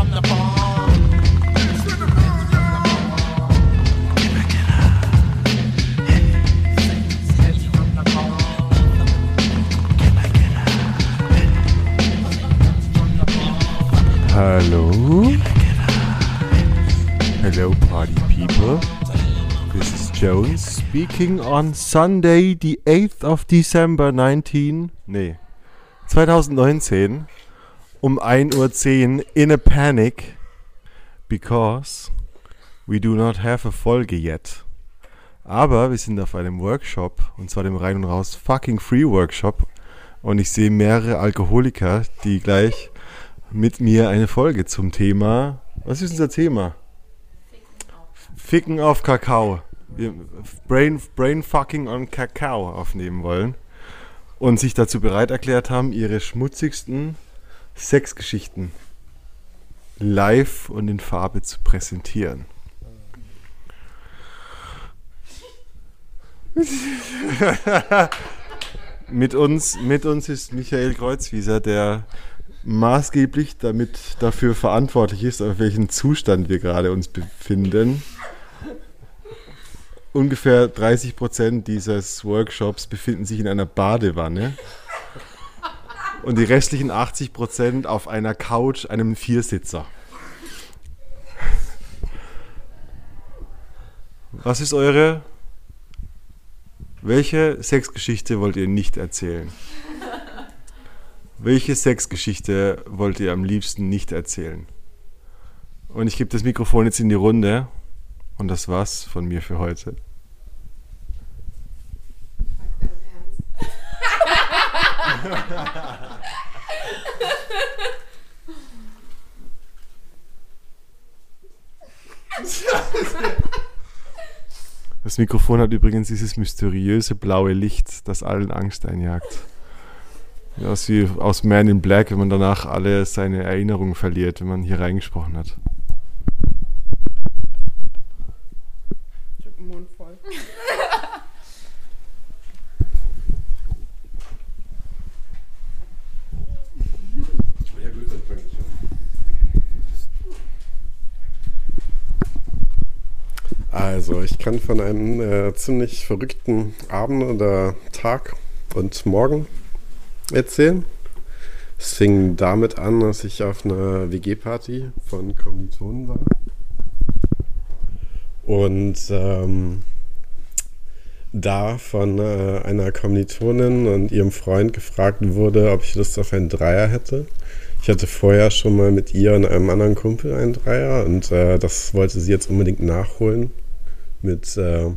Hello? Hello, party people. This is Jones speaking on Sunday, the 8th of December 2019 um 1:10 Uhr in a panic because we do not have a Folge yet. Aber wir sind auf einem Workshop, und zwar dem Rein und Raus Fucking Free Workshop, und ich sehe mehrere Alkoholiker, die gleich mit mir eine Folge zum Thema, was ist unser Thema? Ficken auf Kakao. Wir Brainfucking on Kakao aufnehmen wollen und sich dazu bereit erklärt haben, ihre schmutzigsten Sexgeschichten live und in Farbe zu präsentieren. Mit uns ist Michael Kreuzwieser, der maßgeblich dafür verantwortlich ist, auf welchen Zustand wir gerade uns befinden. Ungefähr 30% dieses Workshops befinden sich in einer Badewanne und die restlichen 80% auf einer Couch, einem Viersitzer. Was ist welche Sexgeschichte wollt ihr nicht erzählen? Welche Sexgeschichte wollt ihr am liebsten nicht erzählen? Und ich gebe das Mikrofon jetzt in die Runde. Und das war's von mir für heute. Das Mikrofon hat übrigens dieses mysteriöse blaue Licht, das allen Angst einjagt. Wie aus Man in Black, wenn man danach alle seine Erinnerungen verliert, wenn man hier reingesprochen hat. Ich hab den Mund voll. Ja gut, dann fange ich an. Also, ich kann von einem ziemlich verrückten Abend oder Tag und Morgen erzählen. Es fing damit an, dass ich auf einer WG-Party von Kommilitonen war und da von einer Kommilitonin und ihrem Freund gefragt wurde, ob ich Lust auf einen Dreier hätte. Ich hatte vorher schon mal mit ihr und einem anderen Kumpel einen Dreier und das wollte sie jetzt unbedingt nachholen zusammen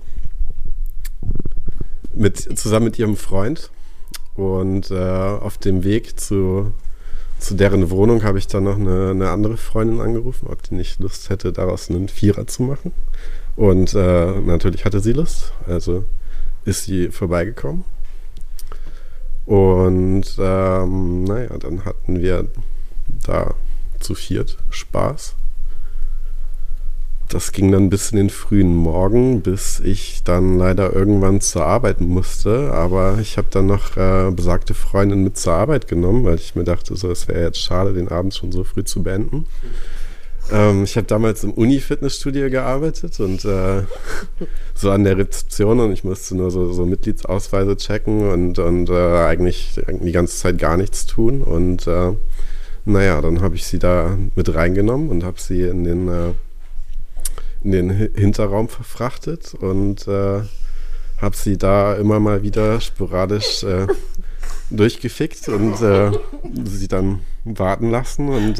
mit ihrem Freund. Und auf dem Weg zu deren Wohnung habe ich dann noch eine andere Freundin angerufen, ob die nicht Lust hätte, daraus einen Vierer zu machen. Und natürlich hatte sie Lust, also ist sie vorbeigekommen. Und dann hatten wir da zu viert Spaß. Das ging dann bis in den frühen Morgen, bis ich dann leider irgendwann zur Arbeit musste. Aber ich habe dann noch besagte Freundin mit zur Arbeit genommen, weil ich mir dachte, so, es wäre jetzt schade, den Abend schon so früh zu beenden. Ich habe damals im Uni-Fitnessstudio gearbeitet und so an der Rezeption, und ich musste nur so Mitgliedsausweise checken und eigentlich die ganze Zeit gar nichts tun. Und dann habe ich sie da mit reingenommen und habe sie in den Hinterraum verfrachtet und habe sie da immer mal wieder sporadisch durchgefickt und sie dann warten lassen und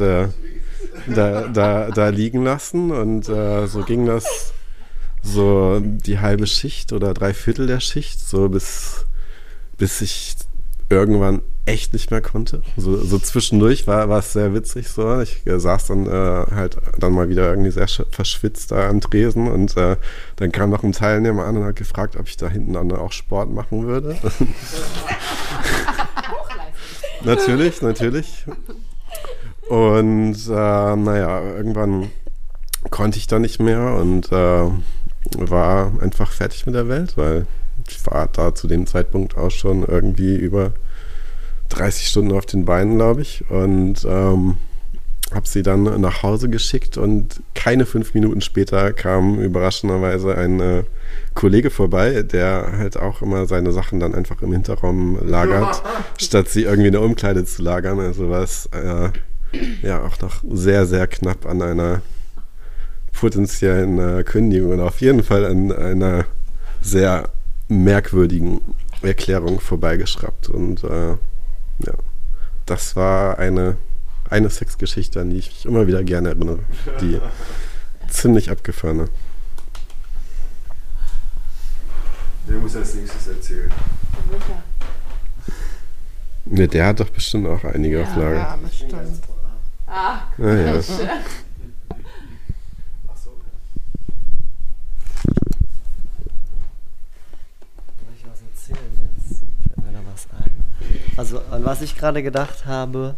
da liegen lassen. Und so ging das so die halbe Schicht oder 3/4 der Schicht, so bis ich irgendwann echt nicht mehr konnte. So zwischendurch war es sehr witzig so. Ich saß dann dann mal wieder irgendwie sehr verschwitzt da am Tresen und dann kam noch ein Teilnehmer an und hat gefragt, ob ich da hinten dann auch Sport machen würde. Natürlich. Und irgendwann konnte ich da nicht mehr und war einfach fertig mit der Welt, weil ich war da zu dem Zeitpunkt auch schon irgendwie über 30 Stunden auf den Beinen, glaube ich. Und habe sie dann nach Hause geschickt und keine 5 Minuten später kam überraschenderweise ein Kollege vorbei, der halt auch immer seine Sachen dann einfach im Hinterraum lagert, statt sie irgendwie in der Umkleide zu lagern. Also war es ja auch noch sehr, sehr knapp an einer potenziellen Kündigung und auf jeden Fall an einer sehr merkwürdigen Erklärung vorbeigeschraubt. Und ja, das war eine Sexgeschichte, an die ich mich immer wieder gerne erinnere. Die ziemlich abgefahrene. Wer muss als nächstes erzählen? Ne, der hat doch bestimmt auch einige auf Lager. Ja, bestimmt. Ah, Ja. Ach so. Soll ich was erzählen jetzt? Fällt mir da was ein? Also an was ich gerade gedacht habe,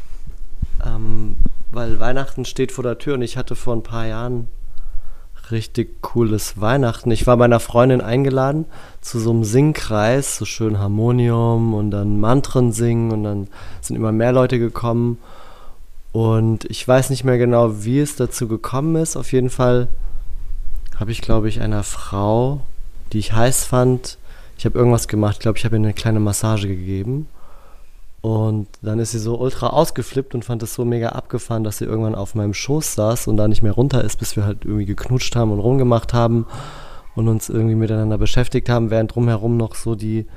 weil Weihnachten steht vor der Tür und ich hatte vor ein paar Jahren richtig cooles Weihnachten. Ich war bei einer Freundin eingeladen zu so einem Singkreis, so schön Harmonium und dann Mantren singen und dann sind immer mehr Leute gekommen und ich weiß nicht mehr genau, wie es dazu gekommen ist. Auf jeden Fall habe ich, glaube ich, einer Frau, die ich heiß fand, ich habe irgendwas gemacht, ich glaube, ich habe ihr eine kleine Massage gegeben. Und dann ist sie so ultra ausgeflippt und fand es so mega abgefahren, dass sie irgendwann auf meinem Schoß saß und da nicht mehr runter ist, bis wir halt irgendwie geknutscht haben und rumgemacht haben und uns irgendwie miteinander beschäftigt haben, während drumherum noch so die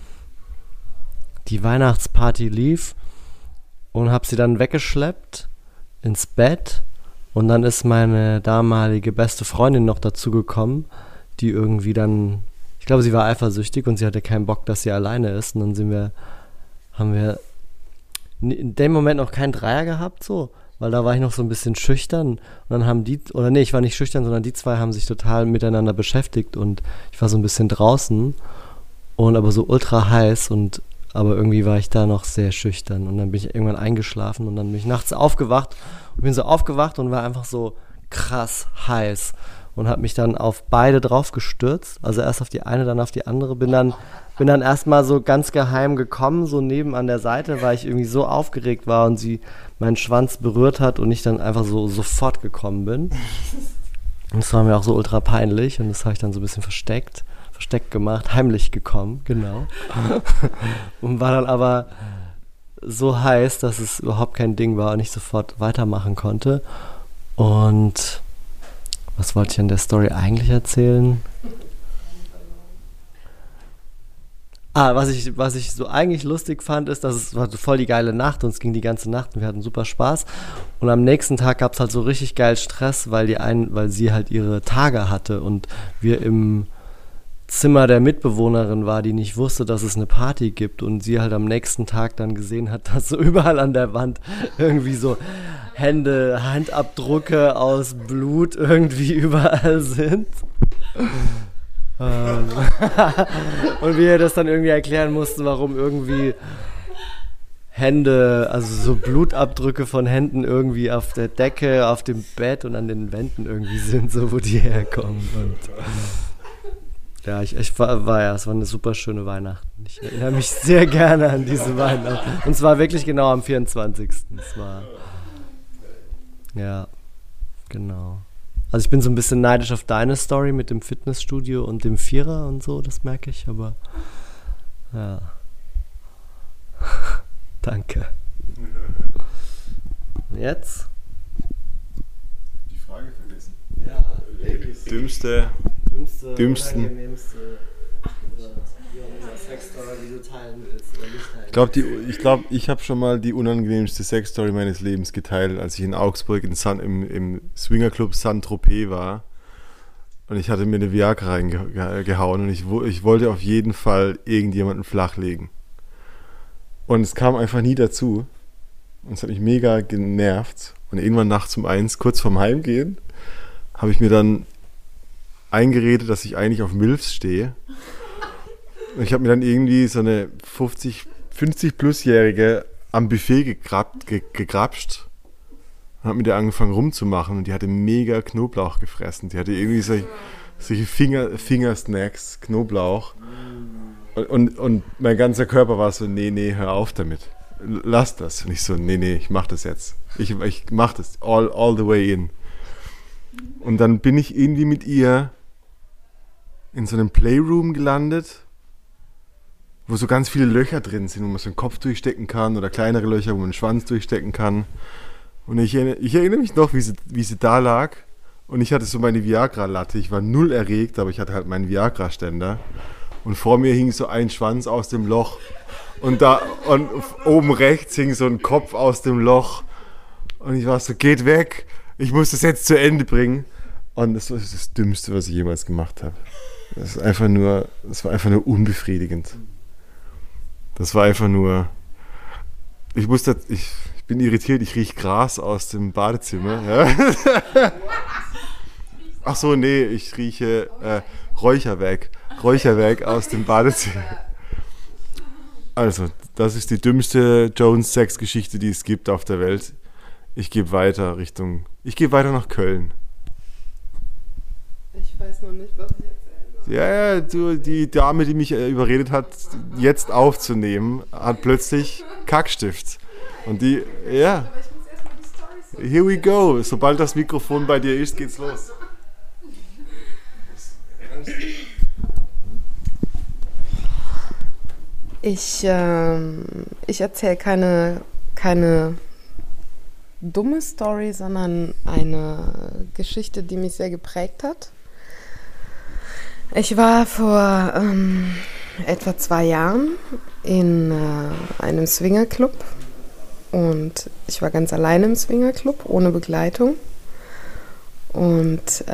Weihnachtsparty lief. Und habe sie dann weggeschleppt ins Bett und dann ist meine damalige beste Freundin noch dazu gekommen, die irgendwie dann, ich glaube, sie war eifersüchtig und sie hatte keinen Bock, dass sie alleine ist und dann haben wir in dem Moment noch keinen Dreier gehabt, so, weil da war ich noch so ein bisschen schüchtern und dann haben ich war nicht schüchtern, sondern die zwei haben sich total miteinander beschäftigt und ich war so ein bisschen draußen und aber so ultra heiß aber irgendwie war ich da noch sehr schüchtern und dann bin ich irgendwann eingeschlafen und dann bin ich nachts aufgewacht und war einfach so krass heiß und habe mich dann auf beide drauf gestürzt, also erst auf die eine, dann auf die andere, bin dann erstmal so ganz geheim gekommen, so neben an der Seite, weil ich irgendwie so aufgeregt war und sie meinen Schwanz berührt hat und ich dann einfach so sofort gekommen bin. Und das war mir auch so ultra peinlich und das habe ich dann so ein bisschen versteckt gemacht, heimlich gekommen, genau. Und war dann aber so heiß, dass es überhaupt kein Ding war und ich sofort weitermachen konnte. Und was wollte ich an der Story eigentlich erzählen? Was ich so eigentlich lustig fand, ist, dass es war voll die geile Nacht und es ging die ganze Nacht und wir hatten super Spaß. Und am nächsten Tag gab es halt so richtig geil Stress, weil sie halt ihre Tage hatte und wir im Zimmer der Mitbewohnerin war, die nicht wusste, dass es eine Party gibt und sie halt am nächsten Tag dann gesehen hat, dass so überall an der Wand irgendwie so Handabdrücke aus Blut irgendwie überall sind. Und wir das dann irgendwie erklären mussten, warum irgendwie Hände, also so Blutabdrücke von Händen irgendwie auf der Decke, auf dem Bett und an den Wänden irgendwie sind, so wo die herkommen. Und ja, es war eine super schöne Weihnachten. Ich erinnere mich sehr gerne an diese Weihnachten. Und zwar wirklich genau am 24. Es war, ja, genau. Also ich bin so ein bisschen neidisch auf deine Story mit dem Fitnessstudio und dem Vierer und so, das merke ich, aber ja. Danke. Jetzt? Die Frage vergessen. Ja. Dümmsten. Unangenehmste oder wie auch immer Sexstory, die du teilen willst oder nicht teilen. Ich habe schon mal die unangenehmste Sexstory meines Lebens geteilt, als ich in Augsburg im Swingerclub Saint-Tropez war. Und ich hatte mir eine Viagra reingehauen und ich wollte auf jeden Fall irgendjemanden flachlegen. Und es kam einfach nie dazu. Und es hat mich mega genervt. Und irgendwann nachts um 1, kurz vorm Heimgehen, habe ich mir dann eingeredet, dass ich eigentlich auf Milfs stehe. Und ich habe mir dann irgendwie so eine 50-plus-Jährige am Buffet gegrapscht und habe mit der angefangen rumzumachen und die hatte mega Knoblauch gefressen. Die hatte irgendwie solche Fingersnacks, Knoblauch und mein ganzer Körper war so, nee, hör auf damit. lass das. Und ich so, nee, ich mach das jetzt. Ich mach das all the way in. Und dann bin ich irgendwie mit ihr in so einem Playroom gelandet, wo so ganz viele Löcher drin sind, wo man so einen Kopf durchstecken kann oder kleinere Löcher, wo man einen Schwanz durchstecken kann. Und ich erinnere mich noch, wie sie da lag. Und ich hatte so meine Viagra-Latte. Ich war null erregt, aber ich hatte halt meinen Viagra-Ständer. Und vor mir hing so ein Schwanz aus dem Loch. Und oben rechts hing so ein Kopf aus dem Loch. Und ich war so, geht weg. Ich muss das jetzt zu Ende bringen. Und das war das Dümmste, was ich jemals gemacht habe. Das war einfach nur unbefriedigend. Das war einfach nur... Ich bin irritiert, ich rieche Gras aus dem Badezimmer. Ja. Ach so, nee, ich rieche Räucherwerk aus dem Badezimmer. Also, das ist die dümmste Jones-Sex-Geschichte, die es gibt auf der Welt. Ich gehe weiter nach Köln. Ich weiß noch nicht, was ich erzählen soll. Ja, die Dame, die mich überredet hat, jetzt aufzunehmen, hat plötzlich Kackstift. Und die, ja, Aber ich muss erstmal die Storys here we go. Sobald das Mikrofon bei dir ist, geht's los. Ich erzähle keine dumme Story, sondern eine Geschichte, die mich sehr geprägt hat. Ich war vor etwa 2 Jahren in einem Swingerclub und ich war ganz alleine im Swingerclub, ohne Begleitung und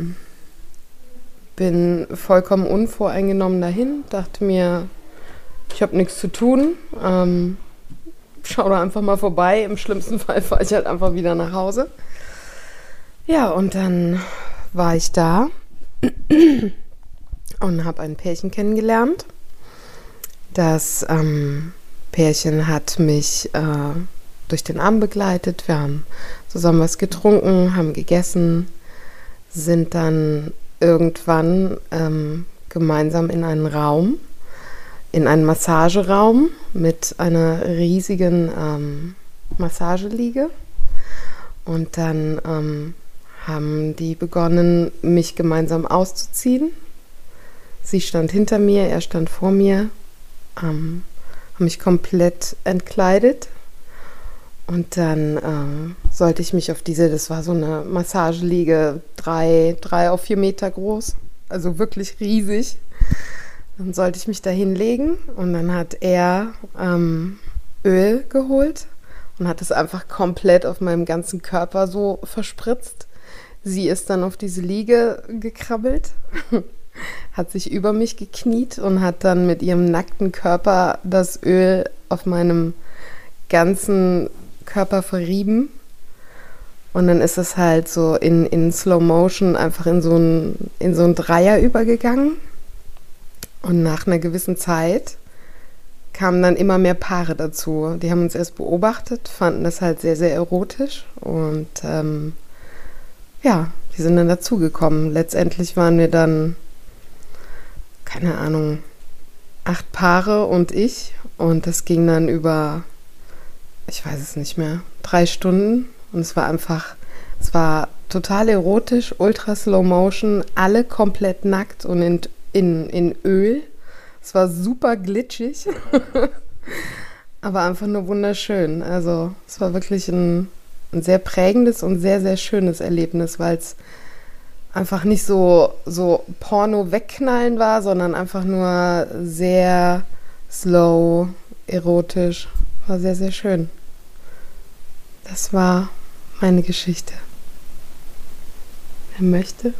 bin vollkommen unvoreingenommen dahin, dachte mir, ich habe nichts zu tun, schau da einfach mal vorbei, im schlimmsten Fall fahre ich halt einfach wieder nach Hause. Ja, und dann war ich da und habe ein Pärchen kennengelernt. Das Pärchen hat mich durch den Abend begleitet. Wir haben zusammen was getrunken, haben gegessen, sind dann irgendwann gemeinsam in einen Massageraum mit einer riesigen Massageliege. Und dann haben die begonnen, mich gemeinsam auszuziehen. Sie stand hinter mir, er stand vor mir, haben mich komplett entkleidet. Und dann sollte ich mich auf das war so eine Massageliege, 3 auf 4 Meter groß, also wirklich riesig. Dann sollte ich mich da hinlegen und dann hat er Öl geholt und hat es einfach komplett auf meinem ganzen Körper so verspritzt. Sie ist dann auf diese Liege gekrabbelt, hat sich über mich gekniet und hat dann mit ihrem nackten Körper das Öl auf meinem ganzen Körper verrieben. Und dann ist es halt so in Slow Motion einfach in so ein Dreier übergegangen. Und nach einer gewissen Zeit kamen dann immer mehr Paare dazu. Die haben uns erst beobachtet, fanden das halt sehr, sehr erotisch. Und ja, die sind dann dazugekommen. Letztendlich waren wir dann, keine Ahnung, 8 Paare und ich. Und das ging dann über, ich weiß es nicht mehr, 3 Stunden. Und es war total erotisch, ultra Slow Motion, alle komplett nackt und in Öl. Es war super glitschig, aber einfach nur wunderschön. Also es war wirklich ein sehr prägendes und sehr, sehr schönes Erlebnis, weil es einfach nicht so Porno wegknallen war, sondern einfach nur sehr slow, erotisch. War sehr, sehr schön. Das war meine Geschichte. Wer möchte?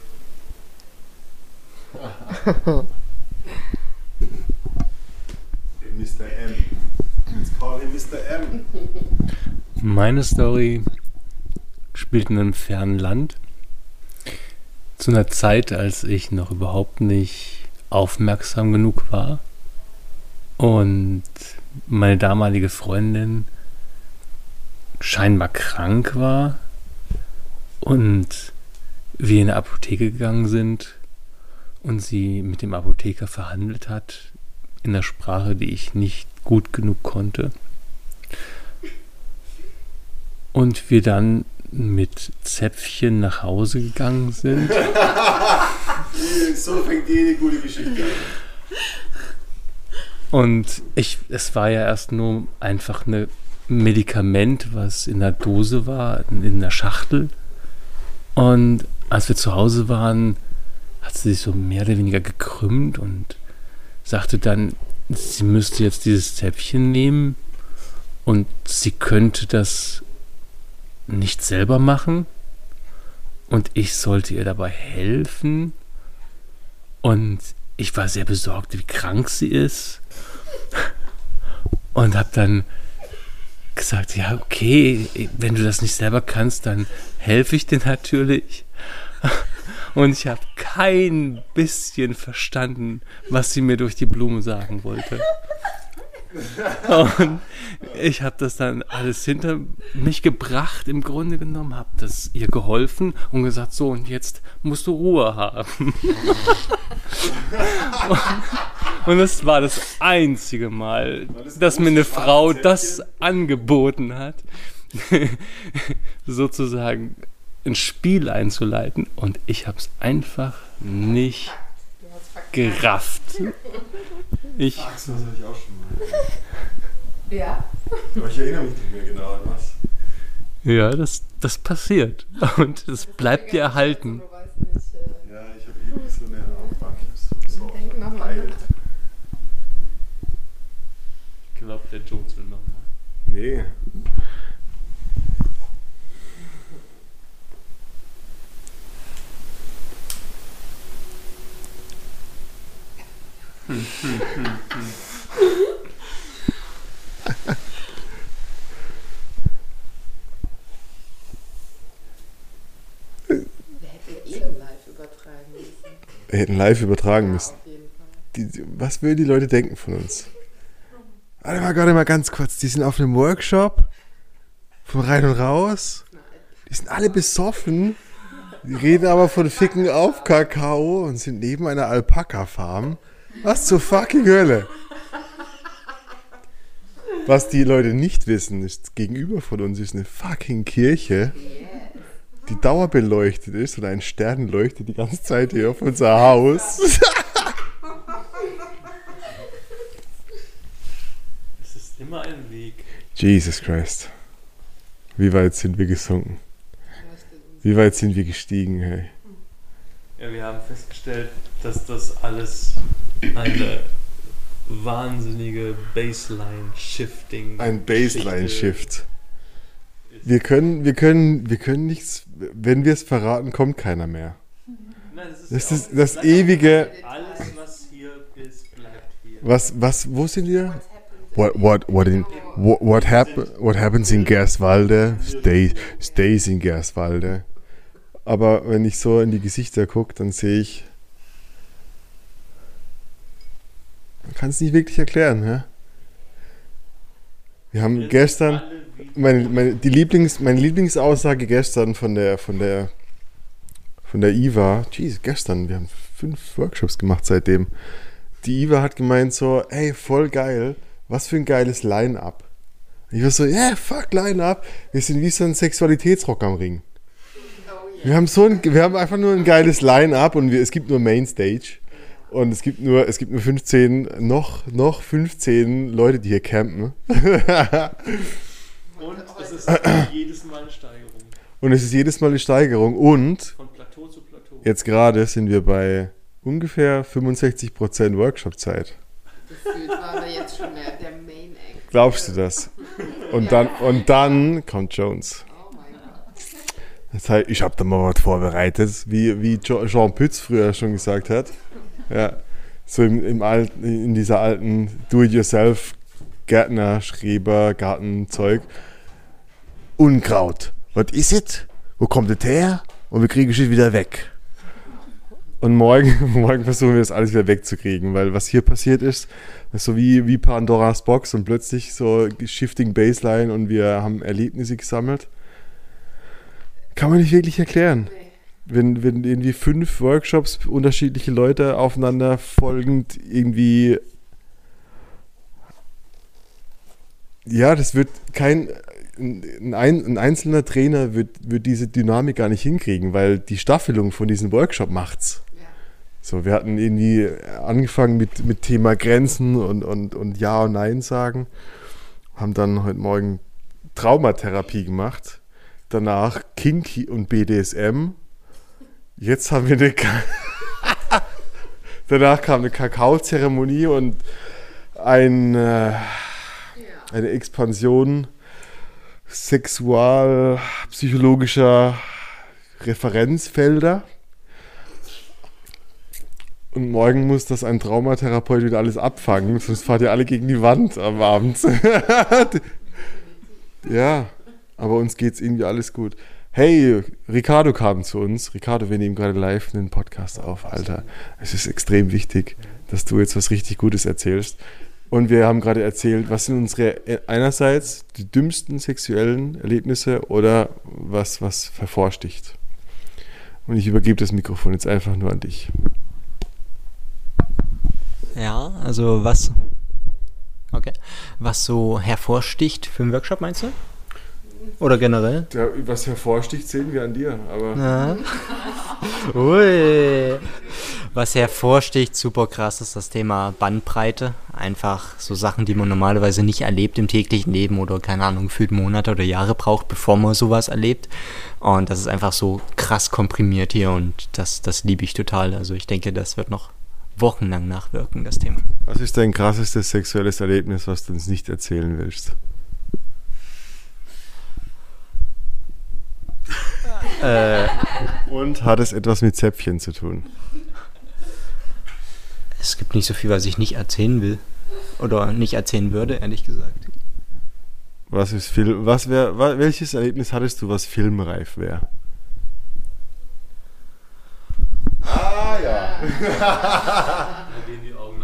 Mr. M. Let's call him Mr. M. Meine Story spielt in einem fernen Land. Zu einer Zeit, als ich noch überhaupt nicht aufmerksam genug war. Und meine damalige Freundin scheinbar krank war. Und wir in eine Apotheke gegangen sind und sie mit dem Apotheker verhandelt hat in der Sprache, die ich nicht gut genug konnte. Und wir dann mit Zäpfchen nach Hause gegangen sind. So fängt jede gute Geschichte an. Und es war ja erst nur einfach ein Medikament, was in der Dose war, in der Schachtel. Und als wir zu Hause waren, hat sie sich so mehr oder weniger gekrümmt und sagte dann, sie müsste jetzt dieses Zäpfchen nehmen und sie könnte das nicht selber machen und ich sollte ihr dabei helfen. Und ich war sehr besorgt, wie krank sie ist und habe dann gesagt, ja okay, wenn du das nicht selber kannst, dann helfe ich dir natürlich. Und ich habe kein bisschen verstanden, was sie mir durch die Blume sagen wollte. Und ich habe das dann alles hinter mich gebracht, im Grunde genommen, habe das ihr geholfen und gesagt, so und jetzt musst du Ruhe haben. Und das war das einzige Mal, dass mir eine Frau das angeboten hat, sozusagen ein Spiel einzuleiten und ich habe es einfach nicht gerafft. Das habe ich auch schon mal. Ja. Aber ich erinnere mich nicht mehr genau an was. Ja, das passiert und es bleibt dir erhalten. Ja, ich habe irgendwie so eine Aufwand. So Denk noch mal verpeilt. Ich glaube, der Jones will nochmal. Nee. Wir hätten live übertragen müssen. Was würden die Leute denken von uns? Warte mal ganz kurz. Die sind auf einem Workshop von Rein und Raus. Die sind alle besoffen. Die reden aber von Ficken auf Kakao und sind neben einer Alpaka-Farm. Was zur fucking Hölle? Was die Leute nicht wissen, ist, gegenüber von uns ist eine fucking Kirche, die dauerbeleuchtet ist und ein Stern leuchtet die ganze Zeit hier auf unser Haus. Es ist immer ein Weg. Jesus Christ. Wie weit sind wir gesunken? Wie weit sind wir gestiegen, hey? Ja, wir haben festgestellt, dass das alles eine wahnsinnige Baseline-Shifting. Ein Baseline-Shift. Wir können nichts, wenn wir es verraten, kommt keiner mehr. Nein, Das ist das ewige. alles, was hier ist, bleibt hier. Wo sind wir? What happens in Gerswalde stays in Gerswalde. Aber wenn ich so in die Gesichter gucke, dann sehe ich, man kann es nicht wirklich erklären. Ja? Wir haben gestern, meine Lieblingsaussage gestern von der IWA, gestern, wir haben 5 Workshops gemacht seitdem. Die IWA hat gemeint so, ey, voll geil, was für ein geiles Line-Up. Ich war so, fuck Line-Up, wir sind wie so ein Sexualitätsrock am Ring. Wir haben einfach nur ein geiles Line-Up und es gibt nur Mainstage. Und es gibt nur 15, noch 15 Leute, die hier campen. Und es ist jedes Mal eine Steigerung. Und es ist jedes Mal eine Steigerung. Und Von Plateau zu Plateau. jetzt gerade sind wir bei ungefähr 65% Workshop-Zeit. Gefühlt war aber jetzt schon der Main Act. Glaubst du das? Und dann kommt Jones. Oh mein Gott. Das heißt, ich habe da mal was vorbereitet, wie Jean Pütz früher schon gesagt hat. Ja, so in dieser alten Do-it-yourself Gärtner, Schreber, Gartenzeug. Unkraut. Was ist es? Wo kommt es her? Und wir kriegen es wieder weg. Und morgen versuchen wir das alles wieder wegzukriegen, weil was hier passiert ist so wie Pandoras Box und plötzlich so Shifting Baseline und wir haben Erlebnisse gesammelt. Kann man nicht wirklich erklären. Wenn irgendwie 5 Workshops, unterschiedliche Leute aufeinander folgend irgendwie ja, das wird ein einzelner Trainer wird diese Dynamik gar nicht hinkriegen, weil die Staffelung von diesem Workshop macht's. Ja. So, wir hatten irgendwie angefangen mit Thema Grenzen und Ja und Nein sagen, haben dann heute Morgen Traumatherapie gemacht, danach Kinky und BDSM, jetzt haben wir danach kam eine Kakaozeremonie und eine Expansion sexualpsychologischer Referenzfelder. Und morgen muss das ein Traumatherapeut wieder alles abfangen, sonst fahrt ihr alle gegen die Wand am Abend. Ja, aber uns geht's irgendwie alles gut. Hey, Ricardo kam zu uns. Ricardo, wir nehmen gerade live einen Podcast auf, Alter. Es ist extrem wichtig, dass du jetzt was richtig Gutes erzählst. Und wir haben gerade erzählt, was sind unsere einerseits die dümmsten sexuellen Erlebnisse oder was hervorsticht. Und ich übergebe das Mikrofon jetzt einfach nur an dich. Ja, also was so hervorsticht für einen Workshop, meinst du? Oder generell? Ja, was hervorsticht, sehen wir an dir. Aber ja. Ui. Was hervorsticht, super krass, ist das Thema Bandbreite. Einfach so Sachen, die man normalerweise nicht erlebt im täglichen Leben oder, keine Ahnung, gefühlt Monate oder Jahre braucht, bevor man sowas erlebt. Und das ist einfach so krass komprimiert hier und das liebe ich total. Also ich denke, das wird noch wochenlang nachwirken, das Thema. Was ist dein krassestes sexuelles Erlebnis, was du uns nicht erzählen willst? Und hat es etwas mit Zäpfchen zu tun? Es gibt nicht so viel, was ich nicht erzählen will. Oder nicht erzählen würde, ehrlich gesagt. Welches Erlebnis hattest du, was filmreif wäre? Ah ja. Da gehen die Augen nach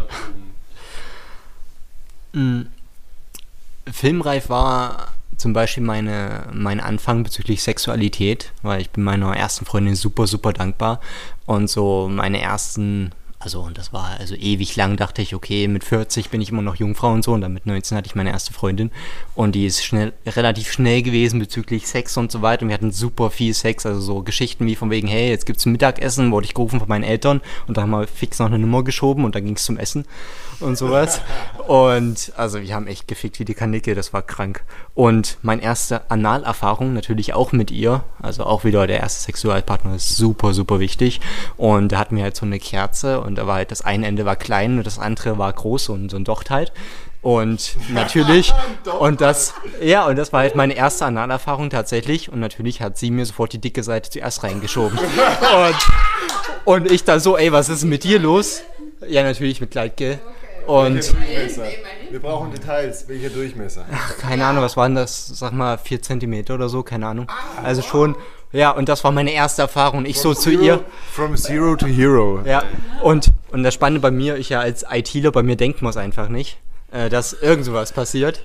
oben. Filmreif war zum Beispiel mein Anfang bezüglich Sexualität, weil ich bin meiner ersten Freundin super, super dankbar. Und so meine ersten, und das war ewig lang, dachte ich, okay, mit 40 bin ich immer noch Jungfrau und so, und dann mit 19 hatte ich meine erste Freundin und die ist relativ schnell gewesen bezüglich Sex und so weiter und wir hatten super viel Sex, also so Geschichten wie von wegen, hey, jetzt gibt's Mittagessen, wurde ich gerufen von meinen Eltern und da haben wir fix noch eine Nummer geschoben und dann ging's zum Essen und sowas und wir haben echt gefickt wie die Kanickel, das war krank. Und meine erste Analerfahrung natürlich auch mit ihr, also auch wieder der erste Sexualpartner ist super, super wichtig und da hatten wir halt so eine Kerze und da war halt das eine Ende war klein und das andere war groß und so ein Docht halt. Und natürlich, und das war halt meine erste Analerfahrung tatsächlich. Und natürlich hat sie mir sofort die dicke Seite zuerst reingeschoben. Und ich da so, ey, was ist denn mit dir los? Ja, natürlich mit Gleitgel. Und wir brauchen Details. Welcher Durchmesser? Ach, keine Ahnung, was waren das? Sag mal 4 Zentimeter oder so, keine Ahnung. Also schon, ja, und das war meine erste Erfahrung. Ich so zu ihr. From zero to hero. Ja, und das Spannende bei mir, ich ja als ITler, bei mir denkt man es einfach nicht, dass irgend sowas passiert.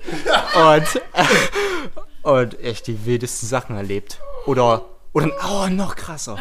Und echt die wildesten Sachen erlebt. Oder noch krasser.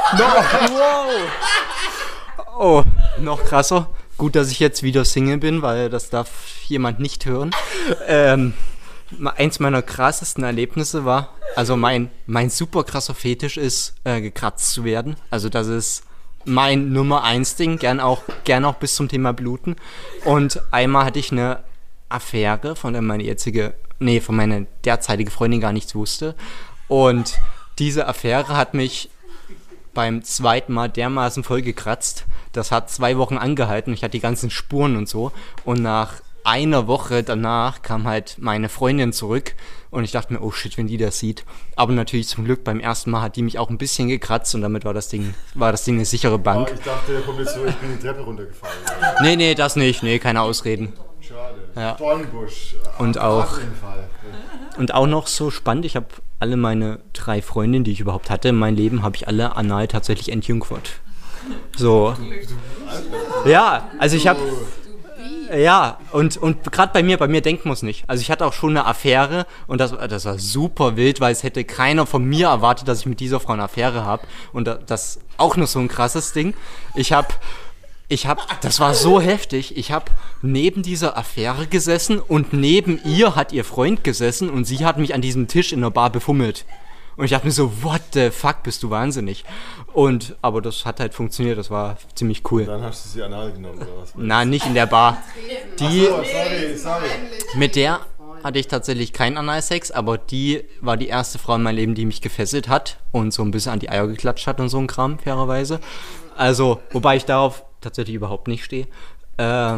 Noch krasser. Gut, dass ich jetzt wieder Single bin, weil das darf jemand nicht hören. Eins meiner krassesten Erlebnisse war, mein super krasser Fetisch ist, gekratzt zu werden. Also das ist mein Nummer 1 Ding, gern auch bis zum Thema Bluten. Und einmal hatte ich eine Affäre, von der meine derzeitige Freundin gar nichts wusste. Und diese Affäre hat mich beim zweiten Mal dermaßen voll gekratzt. Das hat 2 Wochen angehalten. Ich hatte die ganzen Spuren und so. Und nach einer Woche danach kam halt meine Freundin zurück. Und ich dachte mir, oh shit, wenn die das sieht. Aber natürlich zum Glück, beim ersten Mal hat die mich auch ein bisschen gekratzt. Und damit war das Ding eine sichere Bank. Oh, ich dachte, der kommt jetzt so, ich bin die Treppe runtergefallen. Nee, das nicht. Nee, keine Ausreden. Schade. Ja. Dornbusch. Und auch noch so spannend, ich habe alle meine 3 Freundinnen, die ich überhaupt hatte in meinem Leben, habe ich alle anal tatsächlich entjungfert. So. Ja, also ich habe... Ja, und gerade bei mir denkt man es nicht. Also ich hatte auch schon eine Affäre und das war super wild, weil es hätte keiner von mir erwartet, dass ich mit dieser Frau eine Affäre habe. Und das auch noch so ein krasses Ding. Ich habe Das war so heftig. Ich habe neben dieser Affäre gesessen und neben ihr hat ihr Freund gesessen und sie hat mich an diesem Tisch in der Bar befummelt. Und ich dachte mir so, what the fuck, bist du wahnsinnig? Aber das hat halt funktioniert, das war ziemlich cool. Dann hast du sie anal genommen, oder was? Na, nicht in der Bar. Sorry. Mit der hatte ich tatsächlich keinen Analsex, aber die war die erste Frau in meinem Leben, die mich gefesselt hat und so ein bisschen an die Eier geklatscht hat und so ein Kram, fairerweise. Also, wobei ich darauf tatsächlich überhaupt nicht stehe. Ja,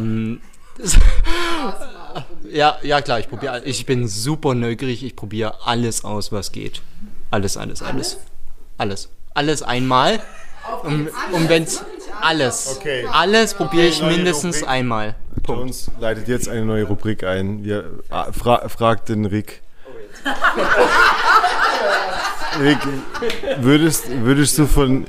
klar, ich bin super neugierig, ich probiere alles aus, was geht. Alles. Alles einmal. Und wenn's alles. Okay. Alles probiere ich Neue mindestens Rubrik. einmal. Punkt. Jones leitet jetzt eine neue Rubrik ein. Fragt den Rick. Rick, würdest du von...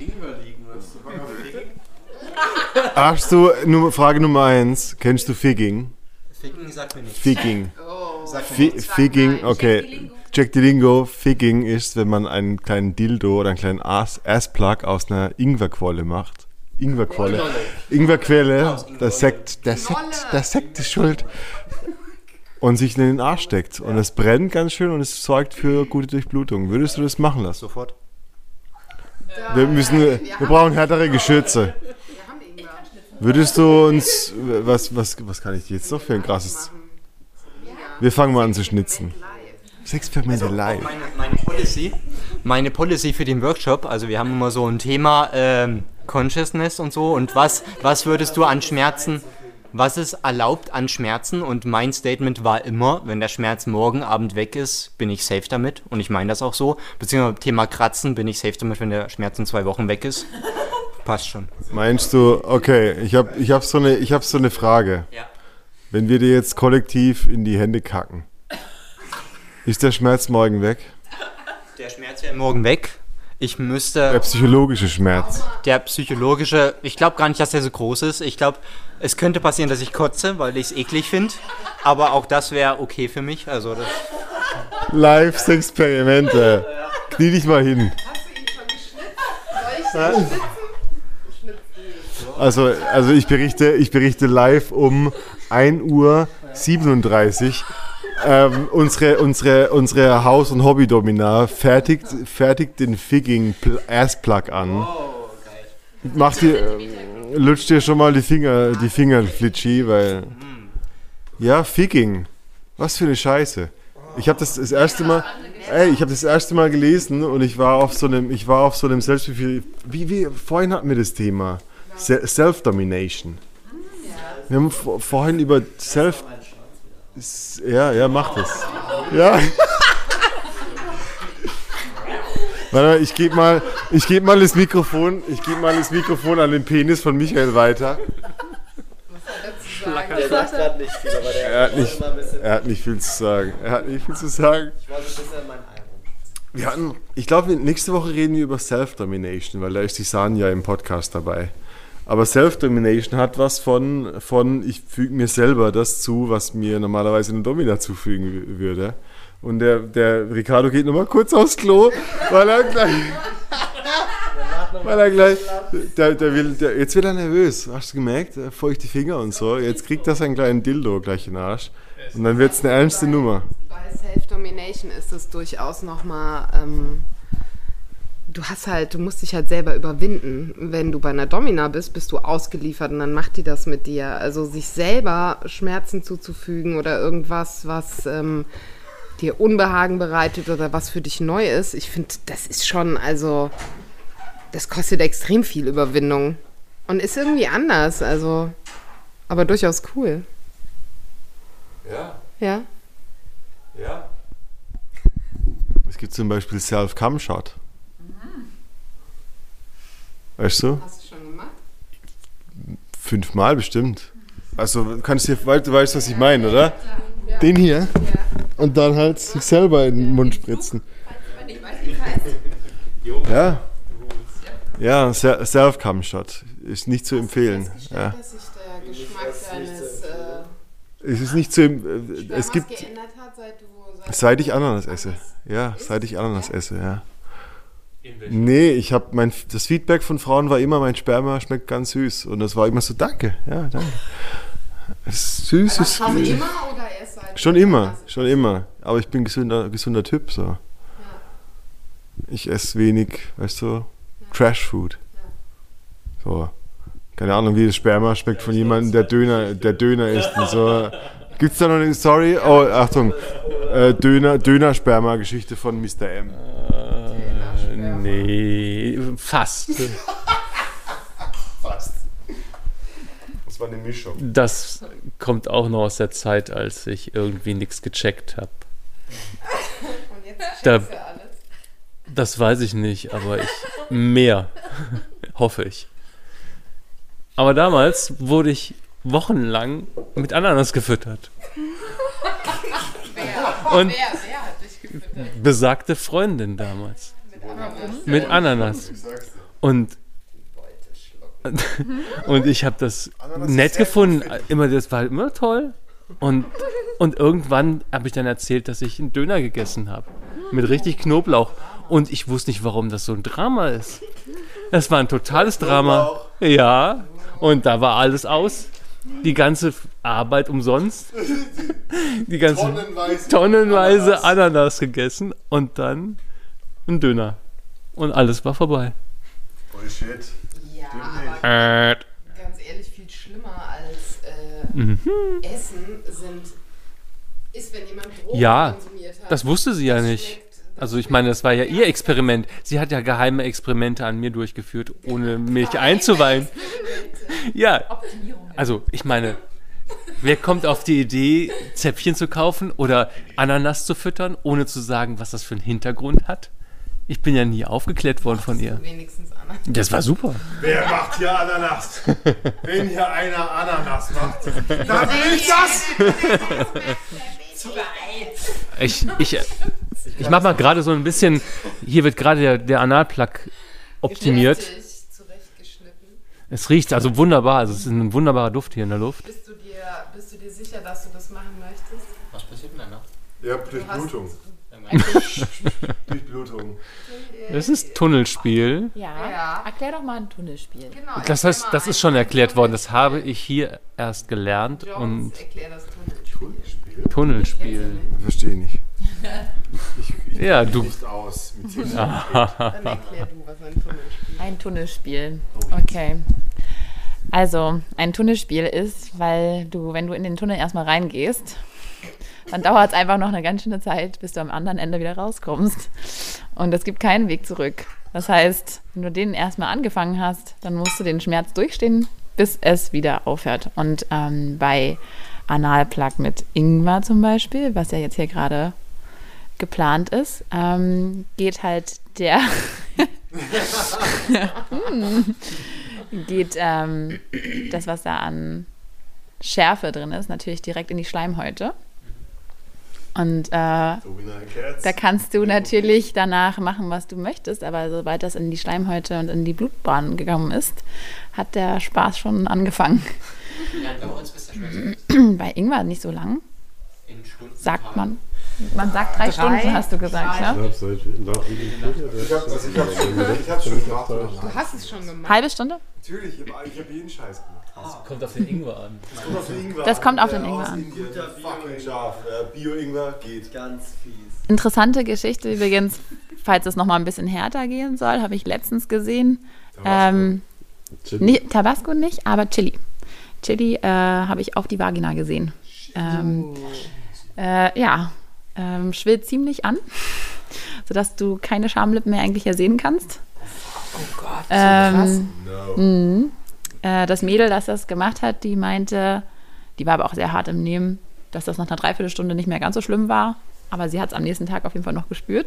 Frage Nummer 1. Kennst du Figging? Ficken sagt mir nichts. Figging. Oh. Figging, okay. Check die Lingo. Figging ist, wenn man einen kleinen Dildo oder einen kleinen Assplug aus einer Ingwerquolle macht. Ingwerquolle. Ingwerquelle. Der Sekt ist schuld. Und sich in den Arsch steckt. Und es brennt ganz schön und es sorgt für gute Durchblutung. Würdest du das machen lassen? Sofort. Wir brauchen härtere Geschütze. Würdest du uns... Was kann ich jetzt noch für ein krasses... Wir fangen mal an zu schnitzen. Sexperimente live. Meine Policy für den Workshop, also wir haben immer so ein Thema Consciousness und so und was würdest du an Schmerzen, was ist erlaubt an Schmerzen und mein Statement war immer, wenn der Schmerz morgen Abend weg ist, bin ich safe damit und ich meine das auch so, beziehungsweise Thema Kratzen bin ich safe damit, wenn der Schmerz in 2 Wochen weg ist. Passt schon. Meinst du, okay, ich hab so eine Frage. Ja. Wenn wir dir jetzt kollektiv in die Hände kacken, ist der Schmerz morgen weg? Der Schmerz wäre morgen weg. Ich müsste... Der psychologische Schmerz. Der psychologische, ich glaube gar nicht, dass der so groß ist. Ich glaube, es könnte passieren, dass ich kotze, weil ich es eklig finde. Aber auch das wäre okay für mich. Also das Live-Experimente. Knie dich mal hin. Hast du ihn schon geschnitten? Also ich berichte live um 1:37 Uhr. Unsere Haus- und Hobby-Domina fertigt den Figging Ass-Plug an. Lutscht dir schon mal die Finger flitschi, weil... Ja, Figging. Was für eine Scheiße. Ich habe das erste Mal gelesen und ich war auf so einem Selbstbefehl. Wie vorhin hatten wir das Thema. Self-Domination. Wir haben vorhin über Ja, mach das. Ja. Warte mal, ich gebe mal das Mikrofon an den Penis von Michael weiter. Der sagt gerade nicht viel, aber Er hat nicht viel zu sagen. Ich wollte ein bisschen meinen Eindruck. Ich glaube, nächste Woche reden wir über Self-Domination, weil da ist die Sanja im Podcast dabei. Aber Self-Domination hat was von ich füge mir selber das zu, was mir normalerweise eine Domina zufügen würde. Und der Ricardo geht nochmal kurz aufs Klo, weil er gleich, jetzt wird er nervös, hast du gemerkt? Feuchte Finger und so, jetzt kriegt er seinen kleinen Dildo gleich in den Arsch. Und dann wird es eine ernste Nummer. Bei Self-Domination ist es durchaus nochmal... Du musst dich halt selber überwinden. Wenn du bei einer Domina bist du ausgeliefert und dann macht die das mit dir. Also sich selber Schmerzen zuzufügen oder irgendwas, was dir Unbehagen bereitet oder was für dich neu ist. Ich finde, das ist schon, also das kostet extrem viel Überwindung und ist irgendwie anders, also aber durchaus cool. Ja. Ja? Ja. Es gibt zum Beispiel Self-Cum-Shot. Weißt du? Hast du schon gemacht? 5-mal bestimmt. Also du weißt, was ich meine, oder? Ja. Den hier. Ja. Und dann halt sich selber in den Mund spritzen. Ich weiß, wie es heißt. Ja. Ja, Self-Cum-Shot ist nicht zu empfehlen. Ja. Dass sich der Geschmack deines... Es ist nicht zu es gibt geändert hat, seit ich Ananas esse. Ja, seit ich Ananas esse, ja. Nee, das Feedback von Frauen war immer, mein Sperma schmeckt ganz süß. Und das war immer so, danke, ja, danke. Es ist süß, ist Schon immer oder erst seit? schon immer. Aber ich bin gesunder Typ, so. Ja. Ich esse wenig, weißt du, Trash-Food. So. Keine Ahnung, wie das Sperma schmeckt von jemandem, der Döner isst und so. Gibt's da noch eine Story? Oh, Achtung. Döner-Sperma-Geschichte von Mr. M. Nee, fast. Fast. Das war eine Mischung. Das kommt auch noch aus der Zeit, als ich irgendwie nichts gecheckt habe. Und jetzt checkst du alles. Das weiß ich nicht, aber mehr, hoffe ich. Aber damals wurde ich wochenlang mit Ananas gefüttert. Und Wer hat dich gefüttert? besagte Freundin damals. Mit Ananas. Und ich habe das nett gefunden. Das war halt immer toll. Und irgendwann habe ich dann erzählt, dass ich einen Döner gegessen habe. Mit richtig Knoblauch. Und ich wusste nicht, warum das so ein Drama ist. Das war ein totales Drama. Ja. Und da war alles aus. Die ganze Arbeit umsonst. Die ganze tonnenweise Ananas gegessen. Und dann ein Döner. Und alles war vorbei. Bullshit. Ja, aber ganz ehrlich, viel schlimmer als Essen ist, wenn jemand Drogen konsumiert hat. Das wusste sie ja nicht. Also ich meine, das war ja ihr Experiment. Sie hat ja geheime Experimente an mir durchgeführt, ohne mich einzuweihen. Ja, also ich meine, wer kommt auf die Idee, Zäpfchen zu kaufen oder Ananas zu füttern, ohne zu sagen, was das für einen Hintergrund hat? Ich bin ja nie aufgeklärt worden von ihr. Wenigstens Ananas. Das war super. Wer macht hier Ananas? Wenn hier einer Ananas macht, dann will ich das! Ich mach mal gerade so ein bisschen, hier wird gerade der Analplug optimiert. Zurechtgeschnitten. Es riecht also wunderbar, also es ist ein wunderbarer Duft hier in der Luft. Bist du dir sicher, dass du das machen möchtest? Was passiert denn danach? Ja, Durchblutung. Durchblutung. Das ist Tunnelspiel. Ja, erklär doch mal ein Tunnelspiel. Genau, Das ist schon erklärt worden, das habe ich hier erst gelernt. Und erklär das Tunnelspiel. Tunnelspiel. Verstehe nicht. Ja, du. Nicht aus mit Dann erklär du, was ein Tunnelspiel ist. Ein Tunnelspiel. Okay. Also, ein Tunnelspiel ist, wenn du in den Tunnel erstmal reingehst, dann dauert es einfach noch eine ganz schöne Zeit, bis du am anderen Ende wieder rauskommst. Und es gibt keinen Weg zurück. Das heißt, wenn du den erstmal angefangen hast, dann musst du den Schmerz durchstehen, bis es wieder aufhört. Und bei Analplug mit Ingwer zum Beispiel, was ja jetzt hier gerade geplant ist, geht halt das, was da an Schärfe drin ist, natürlich direkt in die Schleimhäute. Und da kannst du natürlich danach machen, was du möchtest, aber sobald das in die Schleimhäute und in die Blutbahn gegangen ist, hat der Spaß schon angefangen. Wie lange dauert es, bis der Schmerz Bei Ingwer nicht so lang, in Stunden? sagt man. Man sagt 3 Stunden, hast du gesagt, ne? Ich hab's schon gemacht. Du hast es schon gemacht. Halbe Stunde? Natürlich, ich hab jeden Scheiß gemacht. Das kommt auf den Ingwer an. Das kommt auf den Ingwer an. Fucking scharf. Bio-Ingwer geht. Ganz fies. Interessante Geschichte übrigens, falls es nochmal ein bisschen härter gehen soll, habe ich letztens gesehen. Tabasco nicht, aber Chili. Chili habe ich auf die Vagina gesehen. Schwillt ziemlich an, sodass du keine Schamlippen mehr eigentlich sehen kannst. Oh Gott, so krass. Das Mädel, das das gemacht hat, die meinte, die war aber auch sehr hart im Nehmen, dass das nach einer Dreiviertelstunde nicht mehr ganz so schlimm war, aber sie hat es am nächsten Tag auf jeden Fall noch gespürt.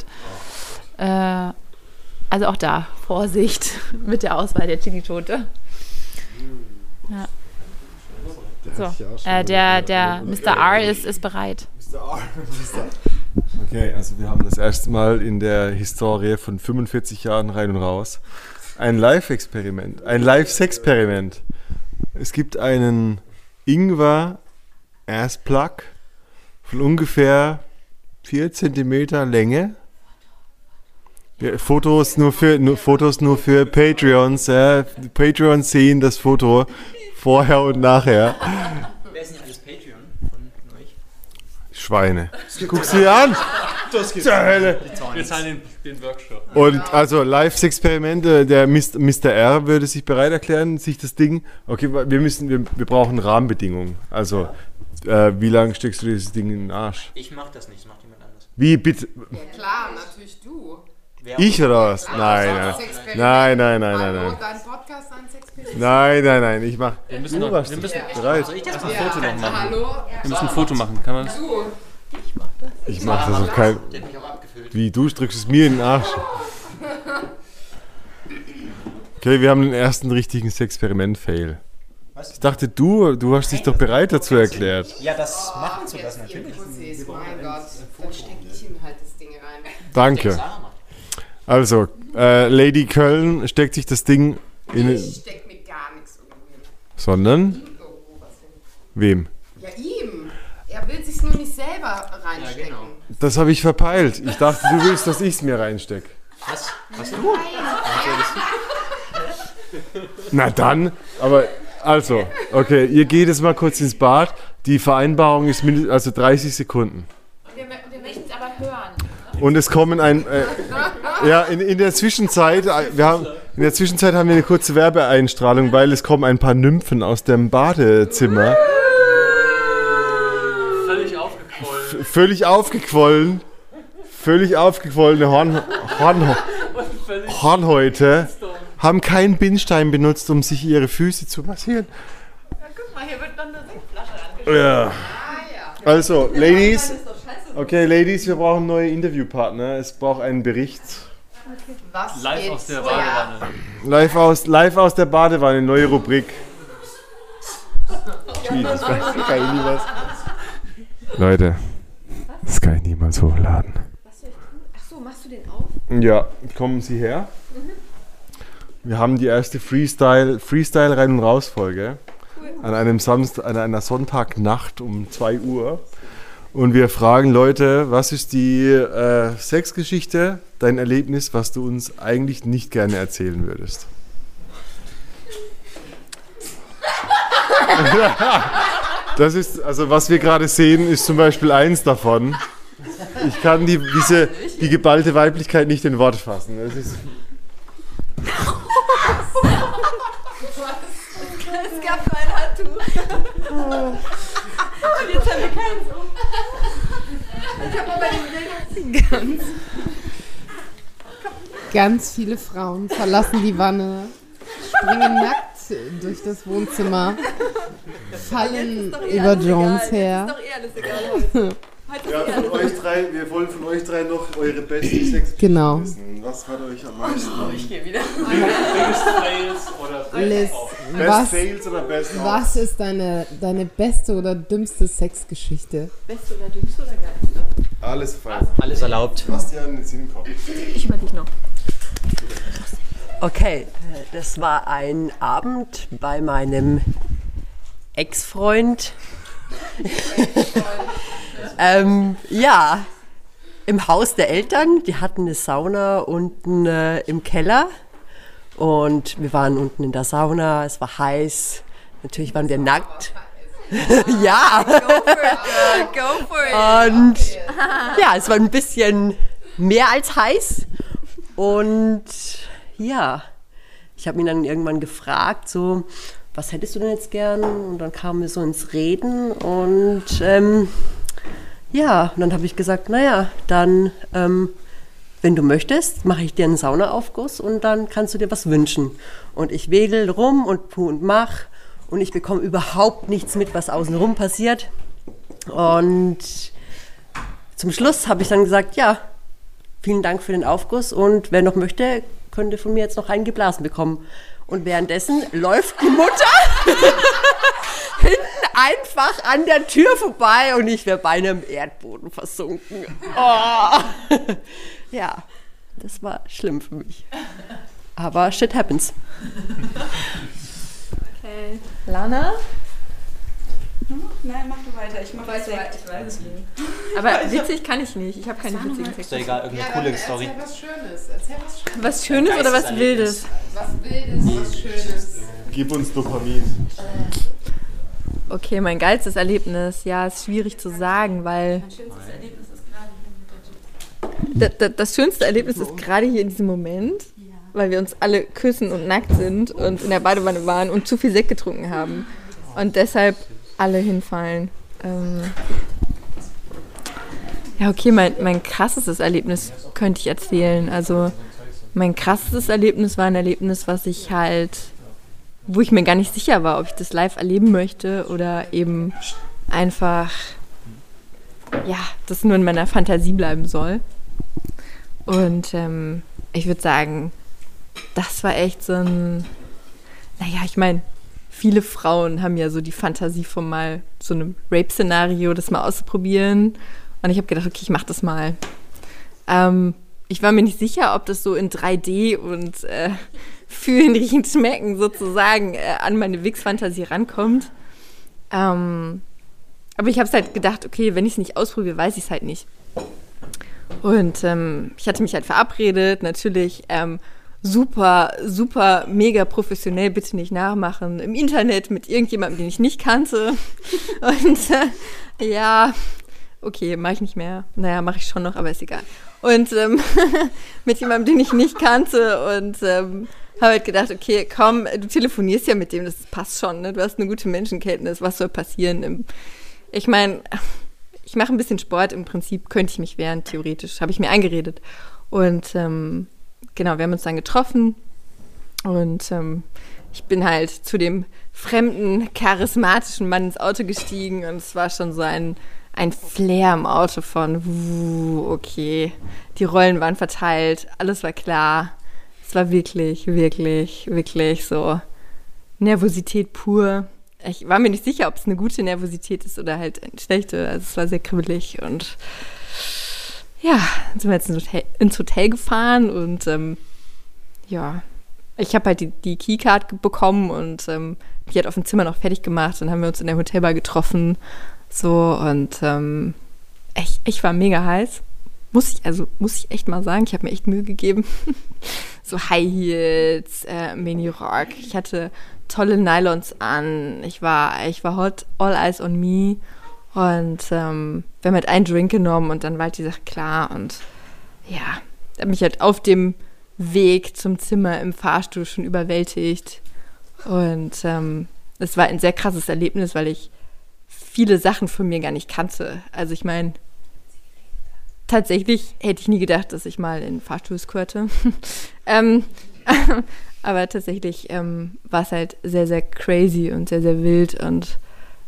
Also auch da, Vorsicht mit der Auswahl der Chili-Tote. Ja. So, der Mr. R ist bereit. Okay, also wir haben das erste Mal in der Historie von 45 Jahren rein und raus ein Live-Experiment, ein Live-Sexperiment. Es gibt einen Ingwer-Assplug von ungefähr 4 cm Länge Fotos nur für Patreons. Patreons sehen das Foto vorher und nachher. Wer ist nicht alles Patreon von euch? Schweine. Guck sie an! Das gibt's. Wir zahlen den Workshop. Und also Live-Experimente, der Mr. R würde sich bereit erklären, sich das Ding. Okay, wir brauchen Rahmenbedingungen. Also, wie lange steckst du dieses Ding in den Arsch? Ich mach das nicht, das macht jemand anders. Wie bitte? Ja, klar, natürlich du. Ich oder was? Nein. Hallo, dein Podcast ein Sexperiment? Nein, ich mach. Wir müssen bereit. ein Foto noch machen. Hallo? Wir müssen ein Foto machen. Kann man das? Du. Ich mach das auf keinen. Der hat mich auch abgefüllt. Wie, du drückst es mir in den Arsch. Okay, wir haben den ersten richtigen Sexperiment-Fail. Was? Ich dachte, du hast dich doch bereit dazu erklärt. Ja, das machen zu lassen, natürlich. Mein Gott, dann stecke ich ihm halt das Ding rein. Danke. Also, Lady Köln steckt sich das Ding in. Ich steck mir gar nichts irgendwo hin. Sondern? Irgendwo was hin. Wem? Ja, ihm. Er will sich nur nicht selber reinstecken. Ja, genau. Das habe ich verpeilt. Ich dachte, du willst, dass ich es mir reinstecke. Was? Was du? Na dann, aber also, okay, ihr geht jetzt mal kurz ins Bad. Die Vereinbarung ist mindestens 30 Sekunden. Wir möchten es aber hören. Und es kommen in der Zwischenzeit, haben wir eine kurze Werbeeinstrahlung, weil es kommen ein paar Nymphen aus dem Badezimmer. Völlig aufgequollene Hornhäute haben keinen Bindstein benutzt, um sich ihre Füße zu massieren. Ja, guck mal, hier wird dann eine Sektflasche angeschlossen. Ja. Also, Ladies, wir brauchen neue Interviewpartner. Es braucht einen Bericht. Was Live geht aus der vor? Badewanne. Live aus der Badewanne, neue Rubrik. Das kann ich niemals. Leute, das kann ich niemals hochladen. Achso, machst du den auf? Ja, kommen Sie her. Wir haben die erste Freestyle rein und raus Folge an einem an einer Sonntagnacht um 2 Uhr. Und wir fragen Leute, was ist die Sexgeschichte, dein Erlebnis, was du uns eigentlich nicht gerne erzählen würdest? Das ist, also was wir gerade sehen, ist zum Beispiel eins davon. Ich kann die geballte Weiblichkeit nicht in Worte fassen. Das ist Es gab nur ein Handtuch. Und jetzt haben wir keins. Ich habe aber den Ganz viele Frauen verlassen die Wanne, springen nackt durch das Wohnzimmer, fallen über Jones her. Ist doch eh alles egal heute. Wir wollen von euch drei noch eure beste Sexgeschichte Genau. wissen. Was hat euch am meisten? Ich gehe wieder. Biggest Fails oder Liz, Best Fails oder Best was ist deine beste oder dümmste Sexgeschichte? Beste oder dümmste oder geilste? Alles fein. Alles erlaubt. Was dir an den Sinn kommt. Ich über dich noch. Okay, das war ein Abend bei meinem Ex-Freund. Ja, im Haus der Eltern. Die hatten eine Sauna unten im Keller. Und wir waren unten in der Sauna. Es war heiß. Natürlich waren wir nackt. Ja. Go for it. Und ja, es war ein bisschen mehr als heiß. Und ja, ich habe ihn dann irgendwann gefragt, so, was hättest du denn jetzt gern? Und dann kamen wir so ins Reden und ja, und dann habe ich gesagt, naja, dann, wenn du möchtest, mache ich dir einen Saunaaufguss und dann kannst du dir was wünschen. Und ich wedel rum und tu und mach und ich bekomme überhaupt nichts mit, was außenrum passiert. Und zum Schluss habe ich dann gesagt, ja, vielen Dank für den Aufguss und wer noch möchte, könnte von mir jetzt noch einen geblasen bekommen. Und währenddessen läuft die Mutter hinten einfach an der Tür vorbei und ich wäre beinahe im Erdboden versunken. Oh. Ja, das war schlimm für mich. Aber shit happens. Okay. Lana? Nein, mach du weiter. Ich mach weiter. Ich weiß es nicht. Aber witzig kann ich nicht. Ich habe keine witzigen Texte. Ist doch egal, irgendeine coole Story. Erzähl was Schönes. Was Schönes oder was Wildes? Was Wildes, was Schönes. Gib uns Dopamin. Okay, mein geilstes Erlebnis. Ja, ist schwierig zu sagen, weil... Das schönste Erlebnis ist gerade hier in diesem Moment, weil wir uns alle küssen und nackt sind und in der Badewanne waren und zu viel Sekt getrunken haben. Und deshalb alle hinfallen. Ja, okay, mein krassestes Erlebnis könnte ich erzählen. Also mein krassestes Erlebnis war ein Erlebnis, wo ich mir gar nicht sicher war, ob ich das live erleben möchte oder eben einfach, ja, das nur in meiner Fantasie bleiben soll. Und ich würde sagen, das war echt so ein, naja, ich meine, viele Frauen haben ja so die Fantasie von mal so einem Rape-Szenario, das mal auszuprobieren. Und ich habe gedacht, okay, ich mache das mal. Ich war mir nicht sicher, ob das so in 3D und fühlen, riechen, schmecken sozusagen an meine Wix-Fantasie rankommt. Aber ich habe es halt gedacht, okay, wenn ich es nicht ausprobiere, weiß ich es halt nicht. Und ich hatte mich halt verabredet, natürlich super, super, mega professionell, bitte nicht nachmachen, im Internet mit irgendjemandem, den ich nicht kannte. Und ja, okay, mache ich nicht mehr. Naja, mache ich schon noch, aber ist egal. Und mit jemandem, den ich nicht kannte und habe halt gedacht, okay, komm, du telefonierst ja mit dem, das passt schon, ne? Du hast eine gute Menschenkenntnis, was soll passieren? Ich meine, ich mache ein bisschen Sport, im Prinzip könnte ich mich wehren, theoretisch, habe ich mir eingeredet. Und genau, wir haben uns dann getroffen und ich bin halt zu dem fremden, charismatischen Mann ins Auto gestiegen und es war schon so ein Flair im Auto von, okay, die Rollen waren verteilt, alles war klar. Es war wirklich, wirklich, wirklich so Nervosität pur. Ich war mir nicht sicher, ob es eine gute Nervosität ist oder halt eine schlechte. Also es war sehr kribbelig und ja, dann sind wir jetzt ins Hotel gefahren und ja, ich habe halt die Keycard bekommen und die hat auf dem Zimmer noch fertig gemacht. Dann haben wir uns in der Hotelbar getroffen. So und ich war mega heiß. Muss ich echt mal sagen, ich habe mir echt Mühe gegeben. So High Heels, Mini-Rock. Ich hatte tolle Nylons an. Ich war hot, all eyes on me. Und wir haben halt einen Drink genommen und dann war halt die Sache klar. Und ja, habe mich halt auf dem Weg zum Zimmer im Fahrstuhl schon überwältigt. Und es war ein sehr krasses Erlebnis, weil ich viele Sachen von mir gar nicht kannte. Also ich meine, tatsächlich hätte ich nie gedacht, dass ich mal in den Fahrstuhl squirte. Aber tatsächlich war es halt sehr, sehr crazy und sehr, sehr wild. Und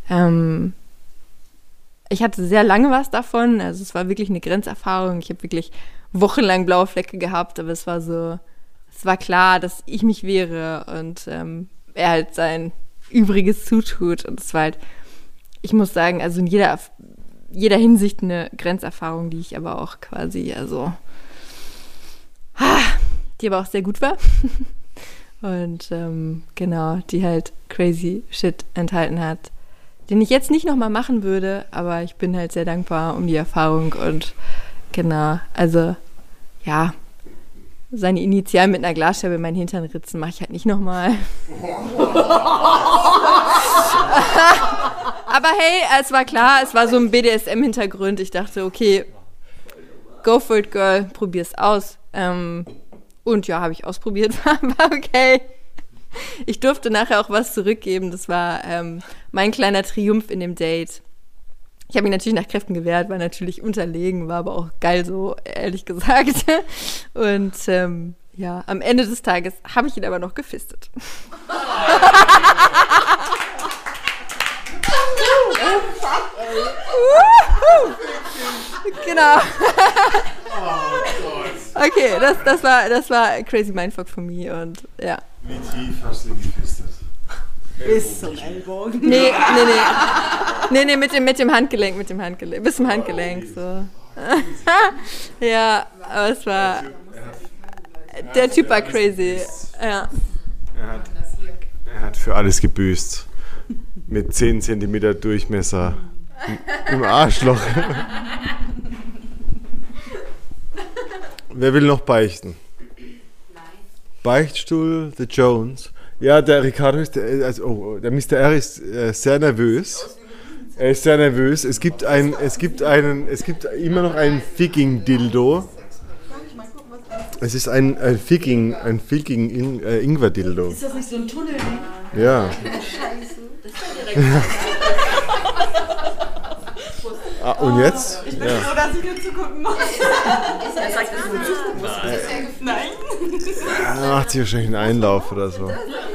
ich hatte sehr lange was davon. Also es war wirklich eine Grenzerfahrung. Ich habe wirklich wochenlang blaue Flecke gehabt. Aber es war klar, dass ich mich wehre und er halt sein Übriges zutut. Und es war halt, ich muss sagen, also in jeder Hinsicht eine Grenzerfahrung, die ich aber auch quasi, also die aber auch sehr gut war. Und genau, die halt crazy shit enthalten hat, den ich jetzt nicht nochmal machen würde, aber ich bin halt sehr dankbar um die Erfahrung und genau, also ja, seine Initialen mit einer Glasscheibe in meinen Hintern ritzen mache ich halt nicht nochmal. Aber hey, es war klar, es war so ein BDSM-Hintergrund. Ich dachte, okay, go for it, girl, probier's aus. Und ja, habe ich ausprobiert, war okay. Ich durfte nachher auch was zurückgeben. Das war mein kleiner Triumph in dem Date. Ich habe mich natürlich nach Kräften gewehrt, war natürlich unterlegen, war aber auch geil so, ehrlich gesagt. Und ja, am Ende des Tages habe ich ihn aber noch gefistet. Genau. Okay, das war crazy mindfuck for me und ja. Wie tief hast du ihn gefistet? Bis zum Ellbogen. Nee, mit dem Handgelenk, bis zum Handgelenk, so. Ja, aber es war, der Typ war crazy, ja. Er hat für alles gebüßt. mit 10 cm Durchmesser im Arschloch. Wer will noch beichten? Beichtstuhl, The Jones. Ja, der Ricardo ist, der Mr. R ist sehr nervös. Er ist sehr nervös. Es gibt immer noch einen Ficking-Dildo. Es ist ein Ficking Ingwer-Dildo. Ist das nicht so ein Tunnel? Ja. Und jetzt? Ich bin so, dass ich dir zugucken muss. Er sagt, nein. Er macht sich wahrscheinlich einen Einlauf oder so.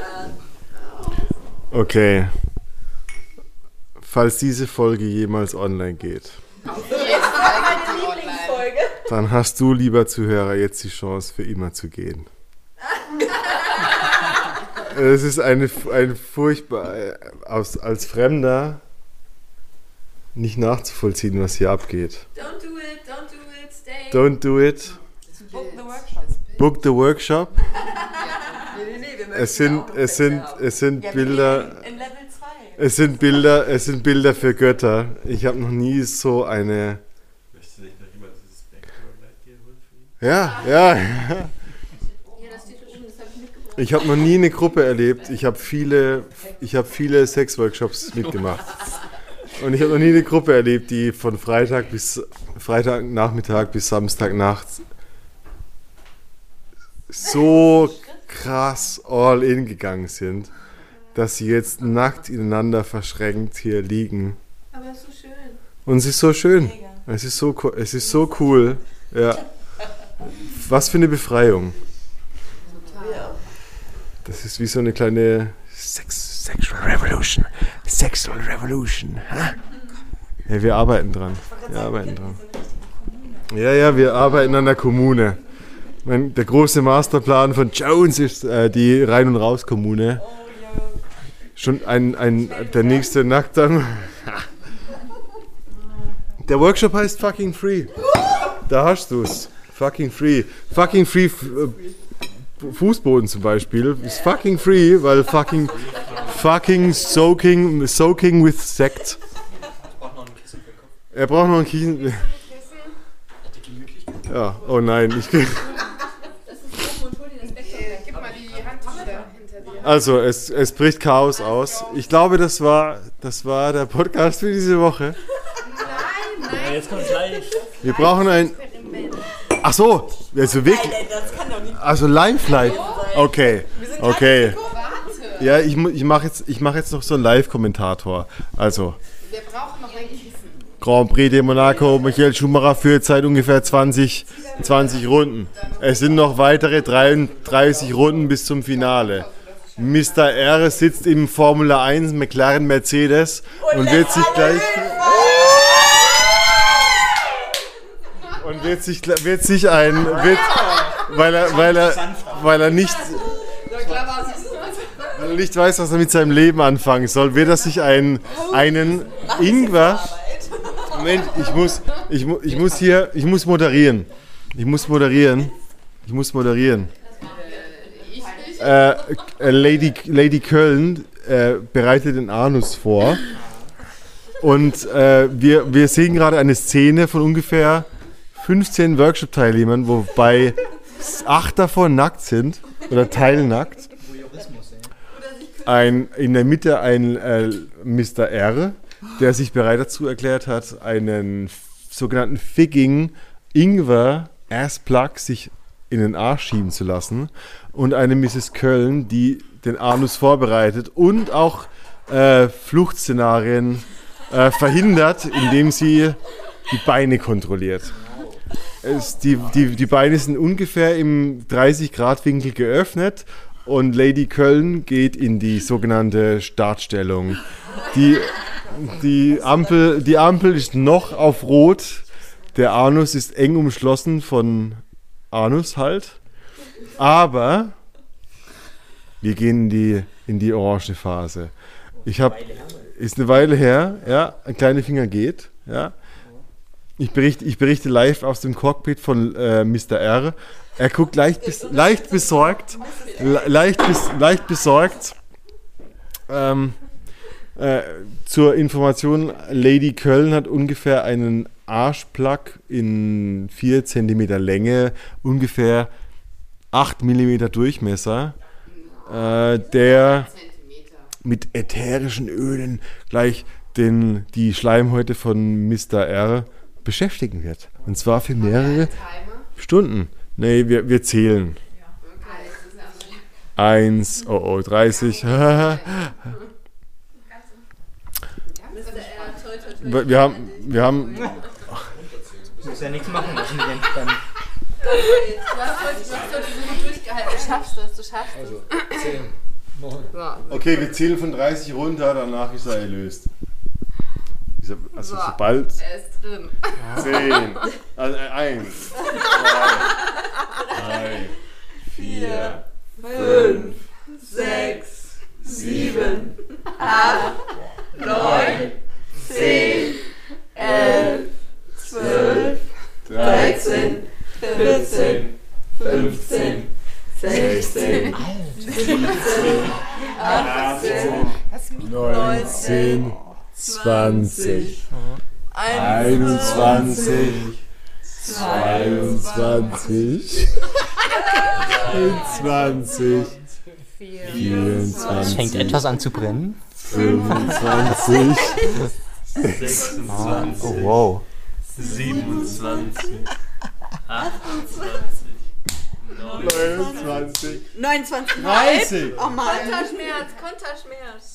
Okay. Falls diese Folge jemals online geht, dann hast du, lieber Zuhörer, jetzt die Chance, für immer zu gehen. Es ist ein furchtbar, als Fremder nicht nachzuvollziehen, was hier abgeht. Don't do it, stay. Don't do it. Book the workshop. Es sind Bilder. In Level 2. Es sind Bilder für Götter. Ich habe noch nie so eine. Möchtest du nicht noch jemand dieses Backdoor-Light hier holen für ihn? Ja. Ich habe noch nie eine Gruppe erlebt. Ich habe viele Sexworkshops mitgemacht. Und ich habe noch nie eine Gruppe erlebt, die von Freitagnachmittag bis Samstagnacht so krass all in gegangen sind, dass sie jetzt nackt ineinander verschränkt hier liegen. Aber es ist so schön. Und es ist so schön. Mega. Es ist so cool. Ja. Was für eine Befreiung. Das ist wie so eine kleine Sexual Revolution. Sexual Revolution. Ja, wir arbeiten dran. Ja, wir arbeiten an der Kommune. Der große Masterplan von Jones ist die Rein- und Raus-Kommune. Schon der nächste Nackt dann. Der Workshop heißt Fucking Free. Da hast du's. Fucking Free. Fucking Free Fußboden zum Beispiel ist fucking free, weil fucking soaking with Sekt. Er braucht noch ein Kissen. Ja, oh nein, Gib mal die Handtücher hinter dir. Also, es bricht Chaos aus. Ich glaube, das war der Podcast für diese Woche. Nein. Ja, jetzt kommt live. Wir brauchen ein. Ach so, also wirklich. Also live. Okay. Ja, ich mache jetzt noch so einen Live-Kommentator. Also. Wir brauchen noch ein Kissen. Grand Prix de Monaco, Michael Schumacher führt seit ungefähr 20 Runden. Es sind noch weitere 33 Runden bis zum Finale. Mr. R sitzt im Formula 1 McLaren Mercedes und wird sich gleich... Und weil er nicht weiß, was er mit seinem Leben anfangen soll, wird er sich einen Ingwer... Moment, ich muss moderieren. Lady Köln bereitet den Anus vor. Und wir sehen gerade eine Szene von ungefähr 15 Workshop-Teilnehmern, wobei 8 davon nackt sind oder teilnackt. In der Mitte ein Mr. R, der sich bereit dazu erklärt hat, einen sogenannten Figging Ingwer Assplug sich in den Arsch schieben zu lassen, und eine Mrs. Köln, die den Anus vorbereitet und auch Fluchtszenarien verhindert, indem sie die Beine kontrolliert. Die Beine sind ungefähr im 30-Grad-Winkel geöffnet und Lady Köln geht in die sogenannte Startstellung. Die Ampel ist noch auf Rot. Der Anus ist eng umschlossen von Anus halt. Aber wir gehen in die orange Phase. Ist eine Weile her, ja, ein kleiner Finger geht, ja. Ich berichte live aus dem Cockpit von Mr. R. Er guckt leicht besorgt. Zur Information, Lady Köln hat ungefähr einen Arschplug in 4 cm Länge, ungefähr 8 mm Durchmesser, der mit ätherischen Ölen gleich die Schleimhäute von Mr. R beschäftigen wird. Und zwar für mehrere Stunden. Nee, wir zählen. 1, 30. Wir haben. Du musst ja nichts machen, das sind ganz spannend. Du hast heute so durchgehalten. Du schaffst das. Also 10, 9. Okay, wir zählen von 30 runter, danach ist er erlöst. Also sobald. Er ist drin. 10. Also 1, 2, 3, 4, 5, 6, 7, 8, 9, 10, 11, 12, 13, 14, 15, 16, 17, 18, 19, 20, 21, 22, 23, 24. Es fängt etwas an zu brennen. 25, 26. Oh, wow. 27, 28, 29, 29, 30. Oh Mann. Konterschmerz.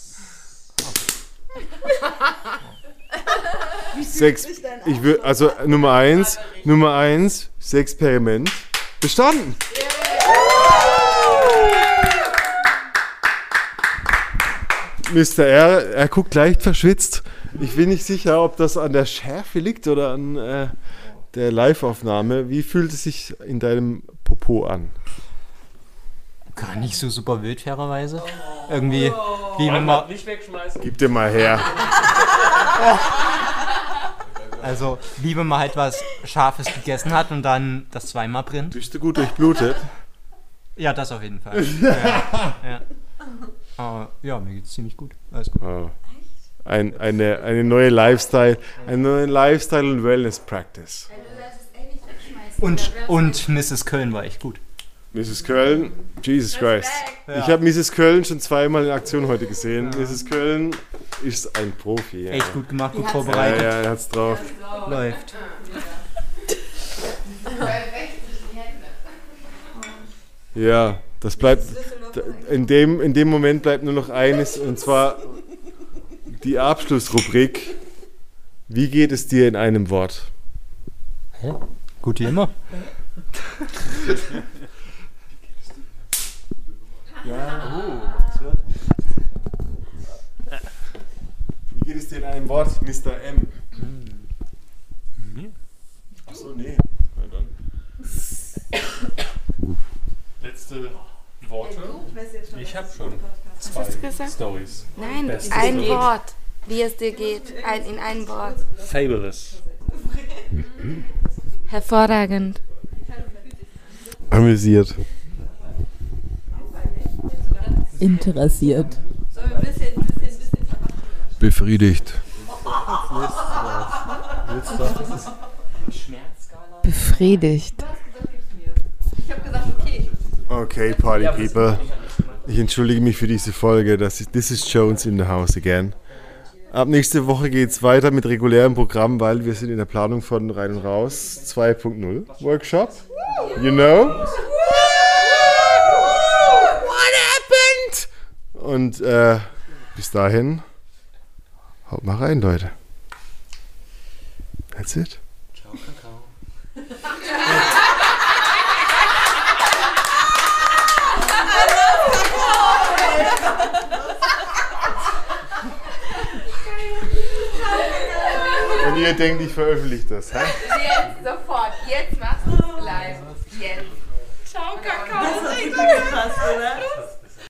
6. Ich will, also Nummer 1, 6 Experiment. Bestanden! Mr. R, er guckt leicht verschwitzt. Ich bin nicht sicher, ob das an der Schärfe liegt oder an der Live-Aufnahme. Wie fühlt es sich in deinem Popo an? Gar nicht so super wild, fairerweise. Irgendwie, wie wenn man... Nicht wegschmeißen. Gib dir mal her. Also, wie wenn man halt was Scharfes gegessen hat und dann das zweimal brennt. Bist du gut durchblutet? Ja, das auf jeden Fall. Ja. Ja, mir geht's ziemlich gut. Alles gut. Oh. Eine neue Lifestyle, und Wellness Practice. Und Mrs. Köln war echt gut. Mrs. Köln, Jesus Christ. Ja. Ich habe Mrs. Köln schon zweimal in Aktion heute gesehen. Ja. Mrs. Köln ist ein Profi. Ja. Echt gut gemacht, gut vorbereitet. Ja, er hat's drauf. Läuft. Ja, das bleibt. In dem Moment bleibt nur noch eines, und zwar die Abschlussrubrik. Wie geht es dir in einem Wort? Hä? Gut wie immer. Wie geht es dir in einem Wort, Mr. M? Achso, nee. Na dann. Letzte Worte. Ich habe schon Was hast du gesagt? Stories. Nein, Bestes ein Wort. Wort. Wie es dir geht. In einem Wort. Fabulous. Hervorragend. Amüsiert. Interessiert. Befriedigt. Befriedigt. Ich habe gesagt, okay. Okay, Party People. Ich entschuldige mich für diese Folge. This is Jones in the house again. Ab nächste Woche geht's weiter mit regulärem Programm, weil wir sind in der Planung von Rein und Raus 2.0 Workshop. You know? What happened? Und bis dahin, haut mal rein, Leute. That's it. Ciao, Kakao. Und ihr denkt, ich veröffentliche das, hä? Jetzt, sofort. Jetzt machst du es live. Jetzt. Ciao, Kakao. Das hat super gepasst, oder?